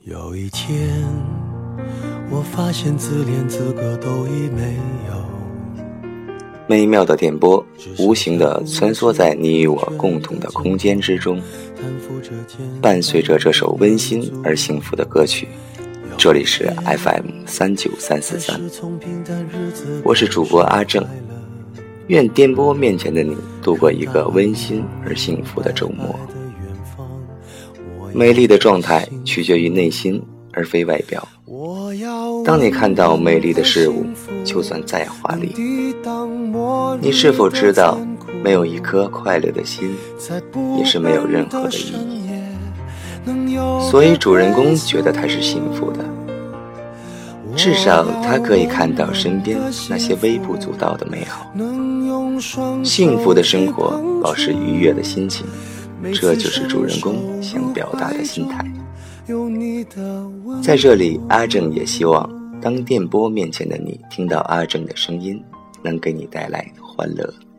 有一天我发现自怜资格都已没有。 美妙的电波无形地穿梭在你与我共同的空间之中，伴随着这首温馨而幸福的歌曲。这里是 FM39343，我是主播阿正，愿电波面前的你度过一个温馨而幸福的周末。美丽的状态取决于内心而非外表，当你看到美丽的事物，就算再华丽，你是否知道没有一颗快乐的心也是没有任何的意义。所以主人公觉得他是幸福的，至少他可以看到身边那些微不足道的美好。幸福的生活，保持愉悦的心情，这就是主人公想表达的心态。在这里，阿正也希望当电波面前的你听到阿正的声音，能给你带来欢乐。